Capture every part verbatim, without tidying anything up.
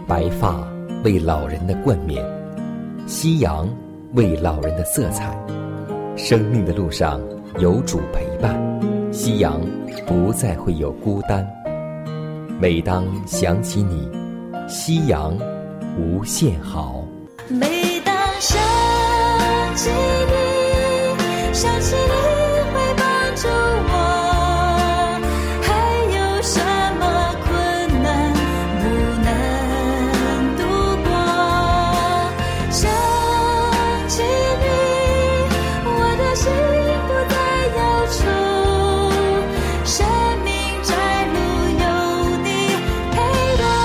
白发为老人的冠冕，夕阳为老人的色彩。生命的路上有主陪伴，夕阳不再会有孤单。每当想起你，夕阳无限好。 每当想起你，想起你会帮助我，还有什么困难不能度过？想起你，我的心不再忧愁，生命窄路有你陪伴。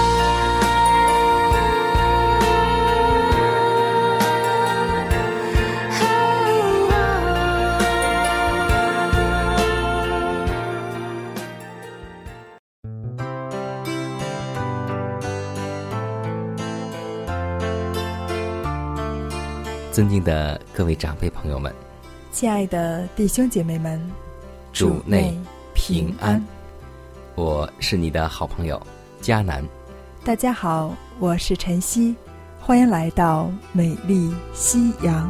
尊敬的各位长辈朋友们， 亲爱的弟兄姐妹们， 主内平安。我是你的好朋友迦南。 大家好，我是晨曦，欢迎来到美丽夕阳。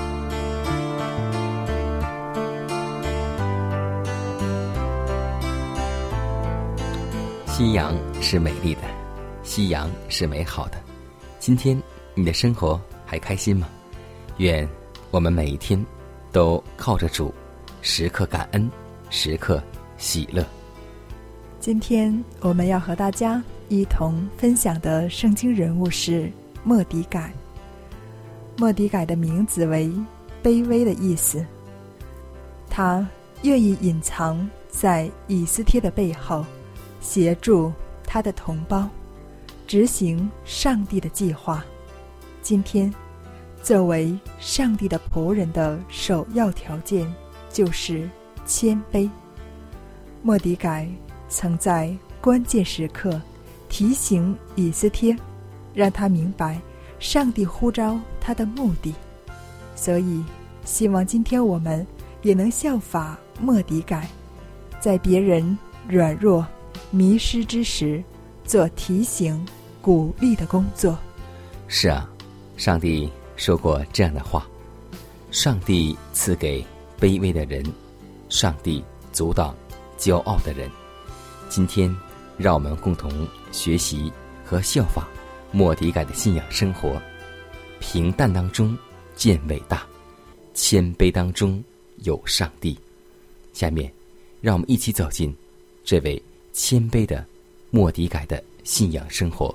夕阳是美丽的，夕阳是美好的。今天你的生活还开心吗？愿我们每一天都靠着主，时刻感恩，时刻喜乐。 今天我们要和大家一同分享的圣经人物是末底改。末底改的名字为卑微的意思，他愿意隐藏在以斯帖的背后，协助他的同胞执行上帝的计划。今天作为上帝的仆人的首要条件就是谦卑。末底改曾在关键时刻提醒以斯帖，让他明白上帝呼召他的目的。所以希望今天我们也能效法末底改，在别人软弱迷失之时做提醒鼓励的工作。 是啊，上帝说过这样的话，上帝赐给卑微的人，上帝阻挡骄傲的人。今天让我们共同学习和效法末底改的信仰生活。平淡当中见伟大，谦卑当中有上帝。下面让我们一起走进这位谦卑的末底改的信仰生活。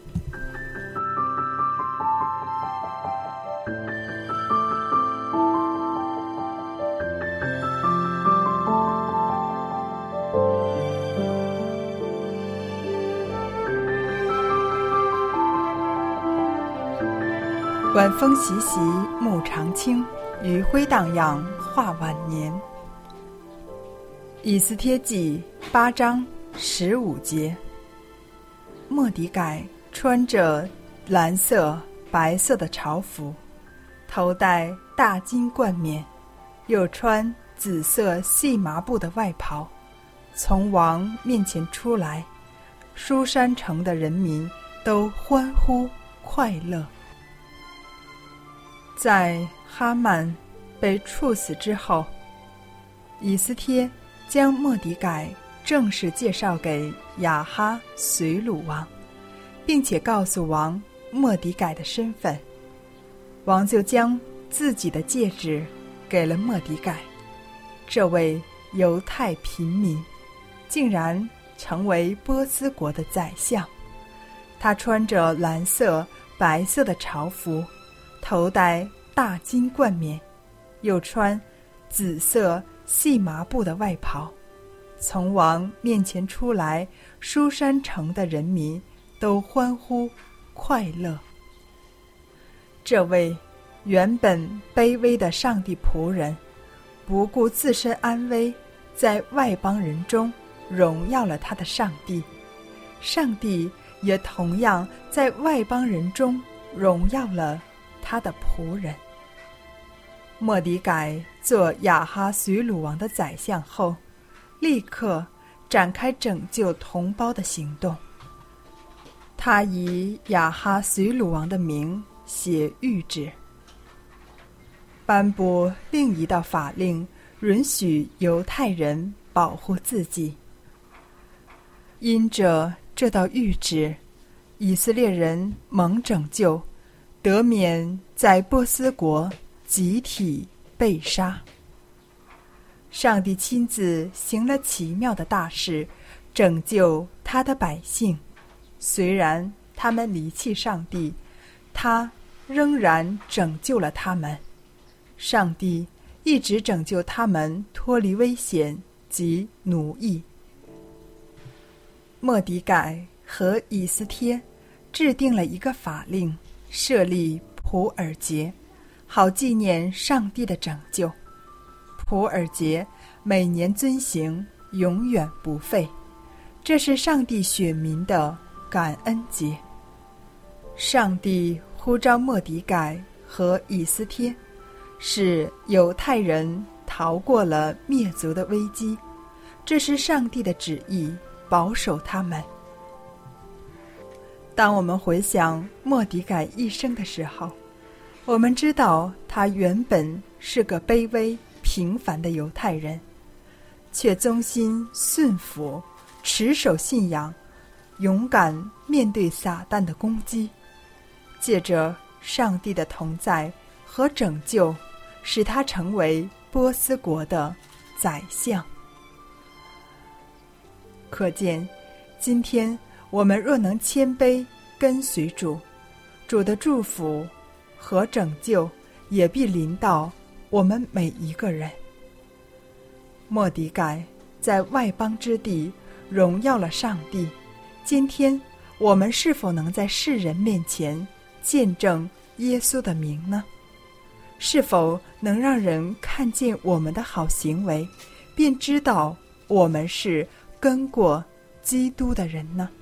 晚风习习，暮长青，余晖荡漾，画晚年。以斯帖记八章十五节。末底改穿着蓝色白色的朝服，头戴大金冠冕，又穿紫色细麻布的外袍，从王面前出来，书珊城的人民都欢呼快乐。在哈曼被处死之后，以斯帖将末底改正式介绍给亚哈随鲁王，并且告诉王末底改的身份。王就将自己的戒指给了末底改。这位犹太平民竟然成为波斯国的宰相。他穿着蓝色白色的朝服，头戴大金冠冕，又穿紫色细麻布的外袍，从王面前出来，书珊城的人民都欢呼快乐。这位原本卑微的上帝仆人，不顾自身安危，在外邦人中荣耀了他的上帝。上帝也同样在外邦人中荣耀了他的仆人。末底改做亚哈随鲁王的宰相后，立刻展开拯救同胞的行动。 他以亚哈随鲁王的名写谕旨，颁布另一道法令，允许犹太人保护自己。因着这道谕旨，以色列人蒙拯救，得免在波斯国集体被杀。上帝亲自行了奇妙的大事，拯救他的百姓。虽然他们离弃上帝，他仍然拯救了他们。上帝一直拯救他们脱离危险及奴役。末底改和以斯帖制定了一个法令，设立普尔节，好纪念上帝的拯救。普尔节每年遵行，永远不废。这是上帝选民的感恩节。上帝呼召末底改和以斯帖，使犹太人逃过了灭族的危机。这是上帝的旨意，保守他们。当我们回想末底改一生的时候，我们知道他原本是个卑微平凡的犹太人，却忠心顺服，持守信仰，勇敢面对撒旦的攻击。借着上帝的同在和拯救，使他成为波斯国的宰相。可见，今天我们若能谦卑跟随主，主的祝福和拯救也必临到我们每一个人。末底改在外邦之地荣耀了上帝，今天我们是否能在世人面前见证耶稣的名呢？是否能让人看见我们的好行为，便知道我们是跟过基督的人呢？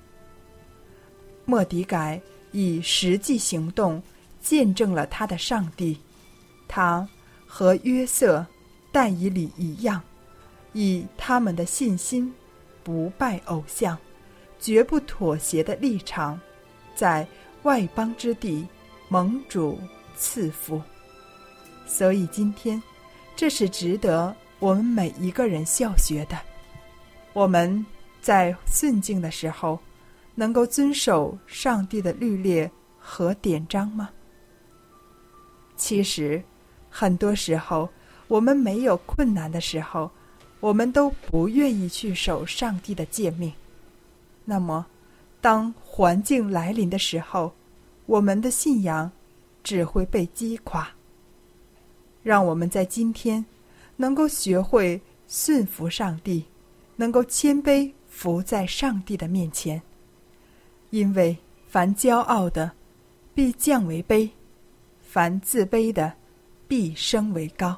末底改以实际行动见证了他的上帝，他和约瑟、但以理一样，以他们的信心不拜偶像，绝不妥协的立场，在外邦之地蒙主赐福。所以今天，这是值得我们每一个人效学的。我们在顺境的时候，能够遵守上帝的律例和典章吗？其实，很多时候，我们没有困难的时候，我们都不愿意去守上帝的诫命。那么，当环境来临的时候，我们的信仰只会被击垮。让我们在今天能够学会顺服上帝，能够谦卑服在上帝的面前。因为凡骄傲的，必降为卑；凡自卑的，必升为高。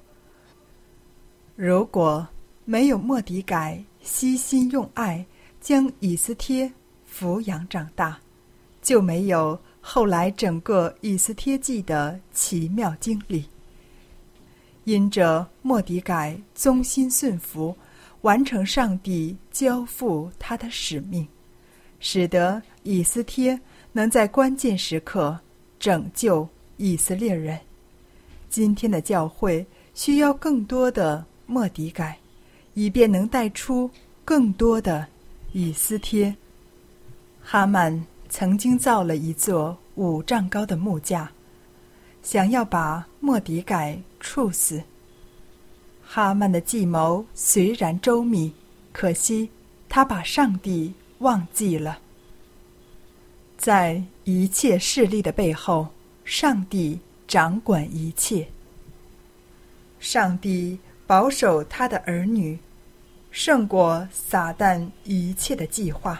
如果没有末底改悉心用爱将以斯帖抚养长大，就没有后来整个以斯帖记的奇妙经历。因着末底改忠心顺服，完成上帝交付他的使命，使得以斯帖能在关键时刻拯救以色列人。今天的教会需要更多的末底改，以便能带出更多的以斯帖。哈曼曾经造了一座五丈高的木架，想要把末底改处死。哈曼的计谋虽然周密，可惜他把上帝忘记了。在一切势力的背后，上帝掌管一切。上帝保守他的儿女，胜过撒旦一切的计划。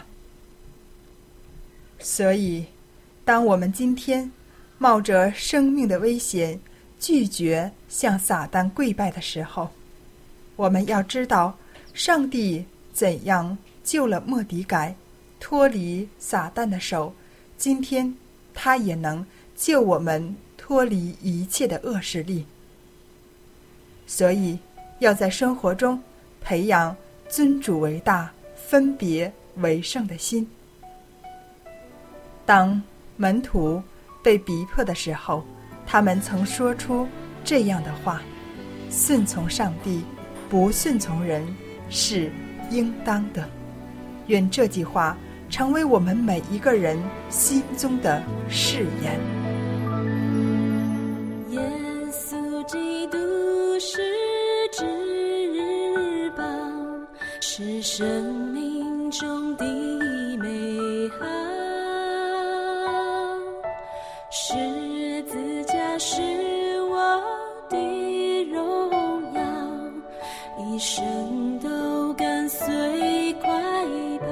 所以，当我们今天冒着生命的危险，拒绝向撒旦跪拜的时候，我们要知道，上帝怎样救了末底改，脱离撒旦的手，今天他也能救我们脱离一切的恶势力。所以，要在生活中培养尊主为大、分别为圣的心。 当门徒被逼迫的时候，他们曾说出这样的话：顺从上帝，不顺从人是应当的。愿这句话成为我们每一个人心中的誓言。 耶稣基督是至宝，是生命中的美好，十字架是我的荣耀，一生都跟随快跑。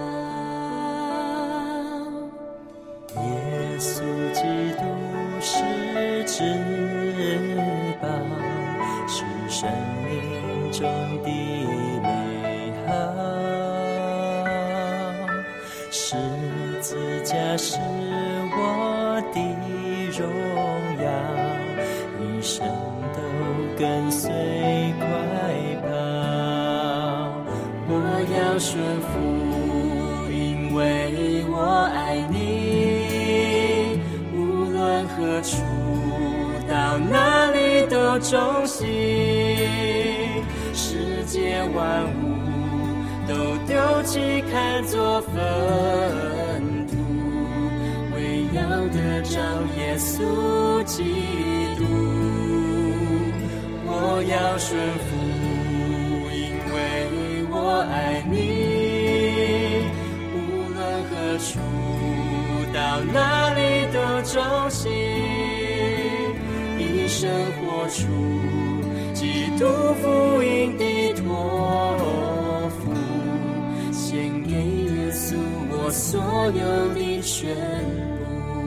耶稣基督是至宝，是生命中的美好，十字架是我的荣耀，一生都跟随快跑。我要顺服，因为我爱你，无论何处到哪里都忠心，世界万物都丢弃看作粪土，为要得着耶稣基督。我要顺服，因为我爱你，无论何处到哪里都忠心，一生活出基督福音的托付，献给耶稣我所有的全部。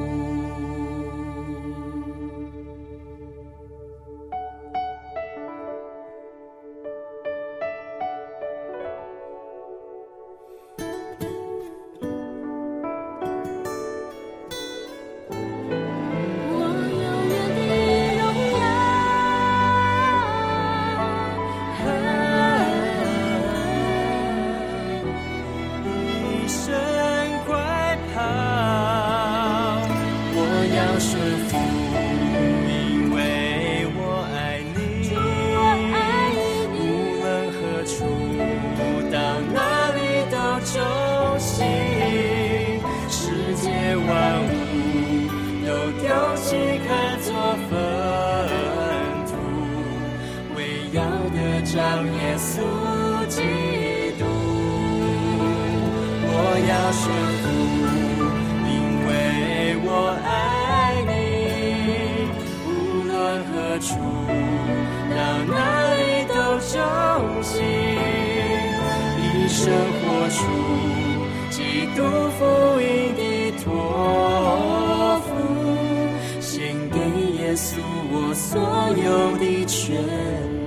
上耶稣基督，我要顺服，因为我爱你，无论何处到哪里都忠心，一生活出基督福音的托付，献给耶稣我所有的全部。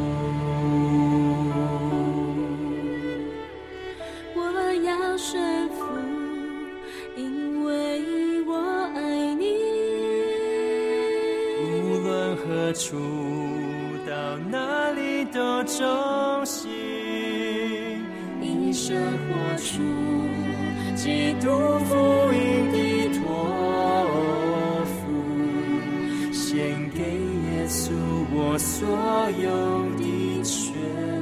何处到哪里都忠心，一生活出基督福音的托付，献给耶稣我所有的全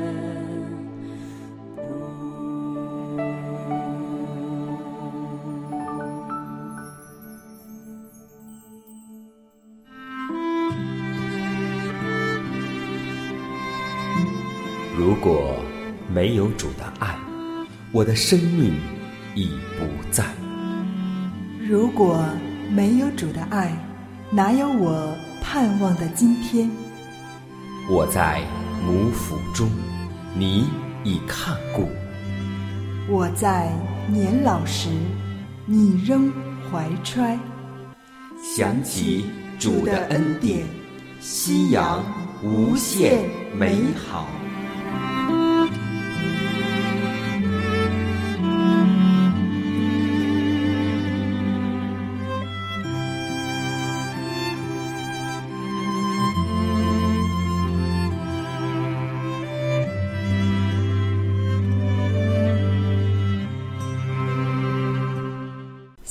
如果没有主的爱，我的生命已不在。 如果没有主的爱，哪有我盼望的今天？ 我在母腹中，你已看顾； 我在年老时，你仍怀揣。 想起主的恩典，夕阳无限美好。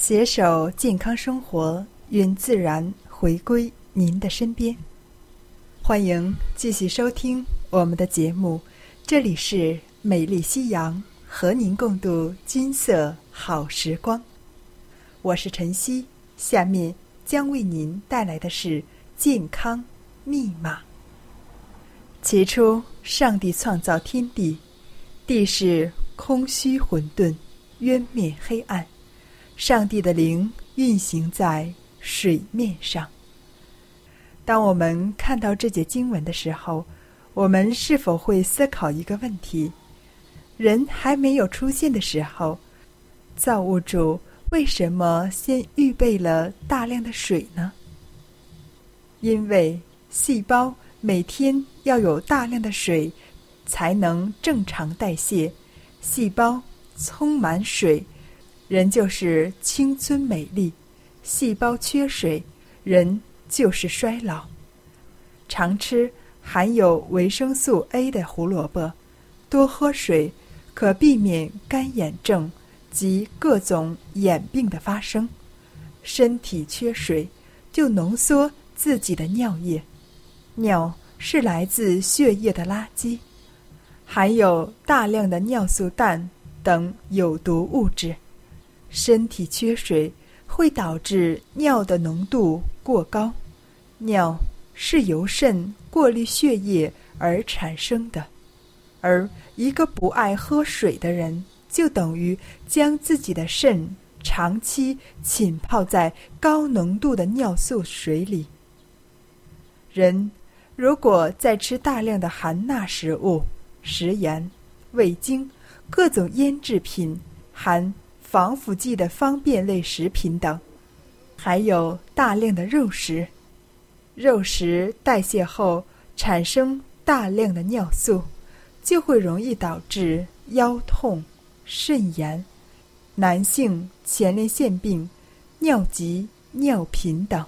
携手健康生活，愿自然回归您的身边。欢迎继续收听我们的节目，这里是美丽夕阳，和您共度金色好时光。我是晨曦，下面将为您带来的是健康密码。起初，上帝创造天地，地是空虚混沌，渊面黑暗，上帝的灵运行在水面上。当我们看到这节经文的时候，我们是否会思考一个问题：人还没有出现的时候，造物主为什么先预备了大量的水呢？因为细胞每天要有大量的水才能正常代谢，细胞充满水，人就是青春美丽；细胞缺水，人就是衰老。常吃含有维生素 A 的胡萝卜，多喝水，可避免干眼症及各种眼病的发生。身体缺水，就浓缩自己的尿液，尿是来自血液的垃圾，含有大量的尿素氮等有毒物质。身体缺水会导致尿的浓度过高，尿是由肾过滤血液而产生的，而一个不爱喝水的人，就等于将自己的肾长期浸泡在高浓度的尿素水里。人如果再吃大量的含钠食物、食盐、味精、各种腌制品、含防腐剂的方便类食品等，还有大量的肉食，肉食代谢后产生大量的尿素，就会容易导致腰痛、肾炎、男性前列腺病、尿急、尿频等。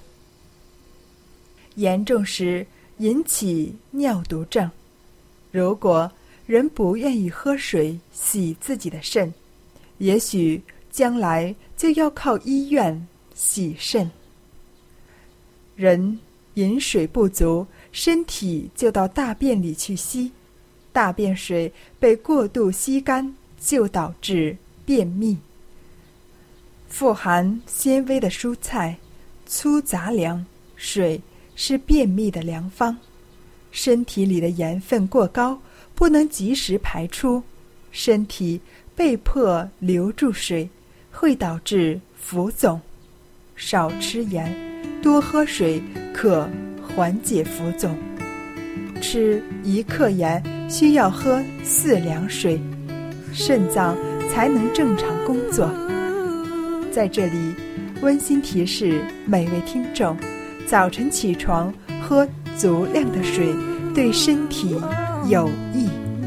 严重时引起尿毒症。如果人不愿意喝水洗自己的肾，也许将来就要靠医院洗肾。人饮水不足，身体就到大便里去吸，大便水被过度吸干，就导致便秘。富含纤维的蔬菜、粗杂粮、水是便秘的良方。身体里的盐分过高，不能及时排出，身体被迫留住水，会导致浮肿。少吃盐，多喝水，可缓解浮肿。吃一克盐需要喝四两水，肾脏才能正常工作。在这里，温馨提示每位听众，早晨起床喝足量的水，对身体有益。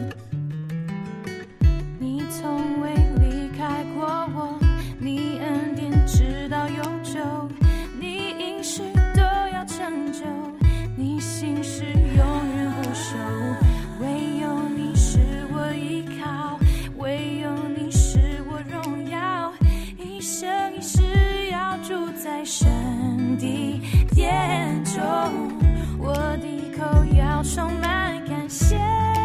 你从未离开过我，你恩典直到永久，你应许都要成就，你心事永远不朽。唯有你是我依靠，唯有你是我荣耀，一生一世要住在神的殿中。我的口要充满感谢，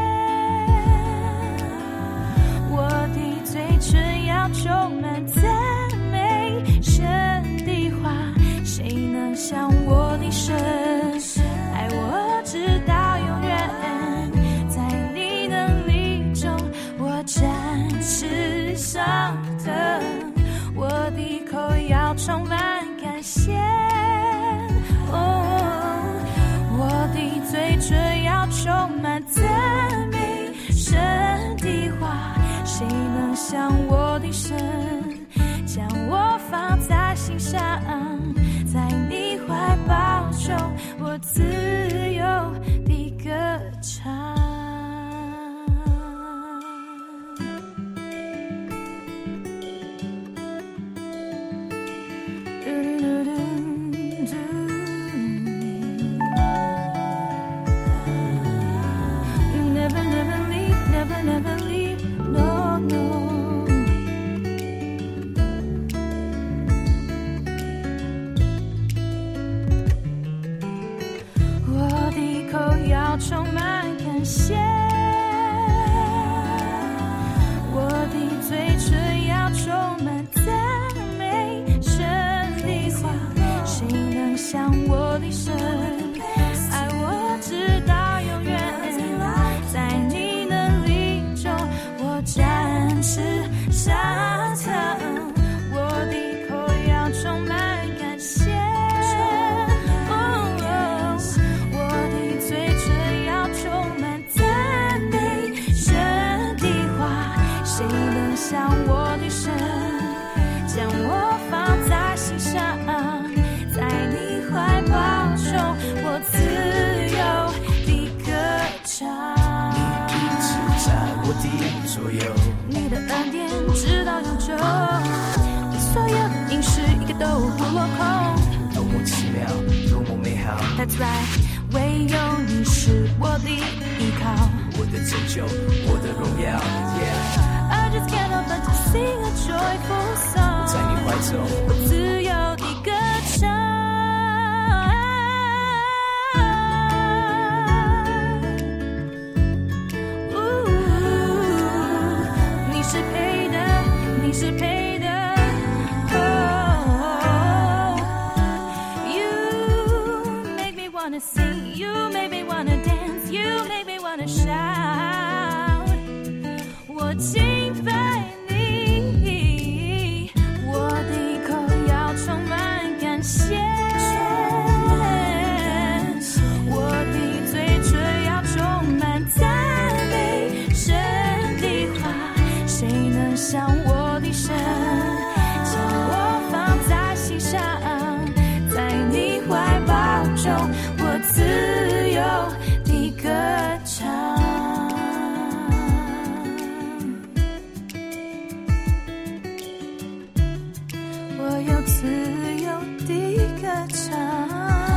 我的嘴唇要充满赞美。神的话，谁能像我的神？爱我直到永远，在你能力中我展翅上腾。我的口要充满感谢，我的嘴唇要充满赞美。神的话，谁能像我的神？将我放在心上，在你怀抱中我自由地歌唱。 That's right， 唯有你是我的依靠， 我的拯救，我的荣耀。Yeah， I just can't help but to sing a joyful song， 在你怀中， 我自由地歌唱。你是配的，你是配的。Sing, you make me wanna dance, you make me wanna shout. 我敬拜你，我的口要充满感谢，我的嘴唇要充满赞美神的话。谁能像我的神，将我放在心上，在你怀抱中。自由的歌唱，我有自由的歌唱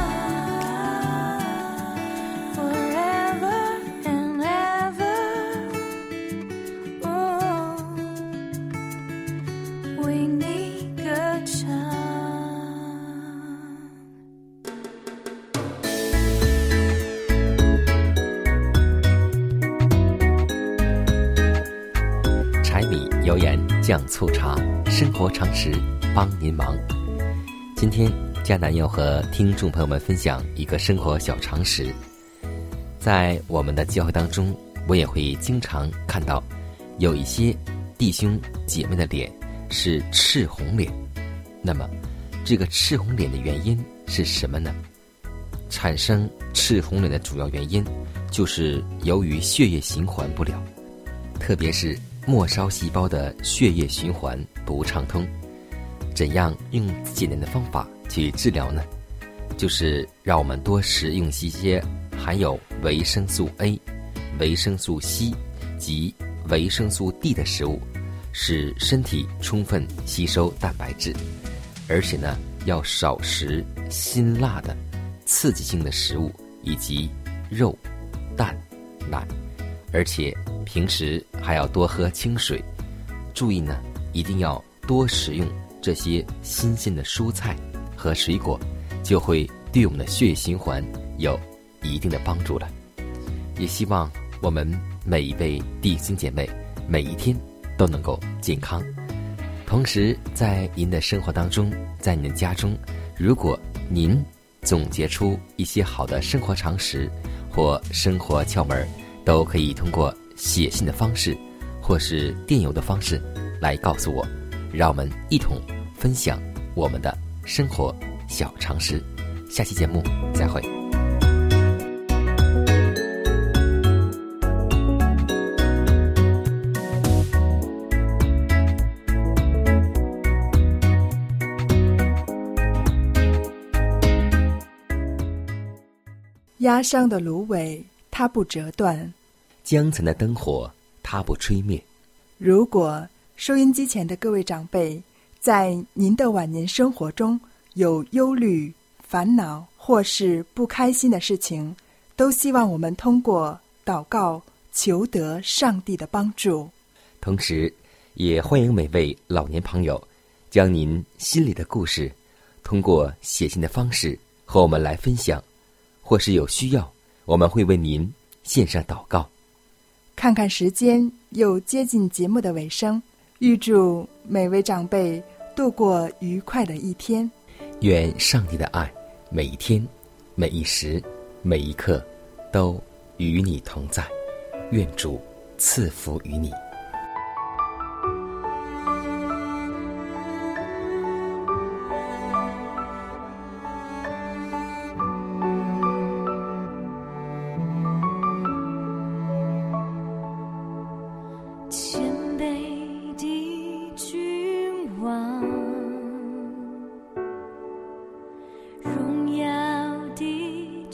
，forever and ever， 哦，为你歌唱。 油盐酱醋茶，生活常识帮您忙。今天迦南要和听众朋友们分享一个生活小常识。在我们的教会当中，我也会经常看到有一些弟兄姐妹的脸是赤红脸。那么这个赤红脸的原因是什么呢？产生赤红脸的主要原因就是由于血液循环不了，特别是末梢细胞的血液循环不畅通。怎样用简单的方法去治疗呢？就是让我们多食用一些含有维生素 A、维生素 C 及维生素 D 的食物，使身体充分吸收蛋白质。而且呢，要少食辛辣的刺激性的食物，以及肉、蛋、奶，而且平时还要多喝清水。注意呢，一定要多食用这些新鲜的蔬菜和水果，就会对我们的血液循环有一定的帮助了。也希望我们每一位弟兄姐妹每一天都能够健康。同时在您的生活当中，在您的家中，如果您总结出一些好的生活常识或生活窍门，都可以通过写信的方式或是电邮的方式来告诉我，让我们一同分享我们的生活小常识。下期节目再会。 压伤的芦苇它不折断， 江城的灯火它不吹灭。 如果收音机前的各位长辈在您的晚年生活中有忧虑、烦恼或是不开心的事情，都希望我们通过祷告求得上帝的帮助。 同时也欢迎每位老年朋友将您心里的故事通过写信的方式和我们来分享，或是有需要，我们会为您献上祷告。 看看时间，又接近节目的尾声，预祝每位长辈度过愉快的一天。 愿上帝的爱每一天、每一时、每一刻都与你同在。愿主赐福于你。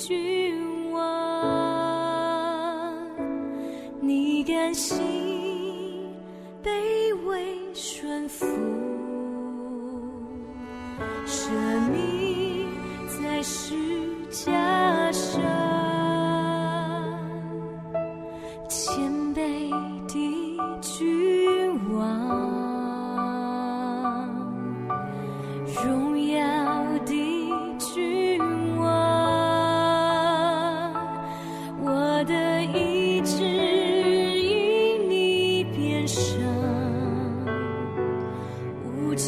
你甘心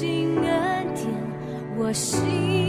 恩典，我心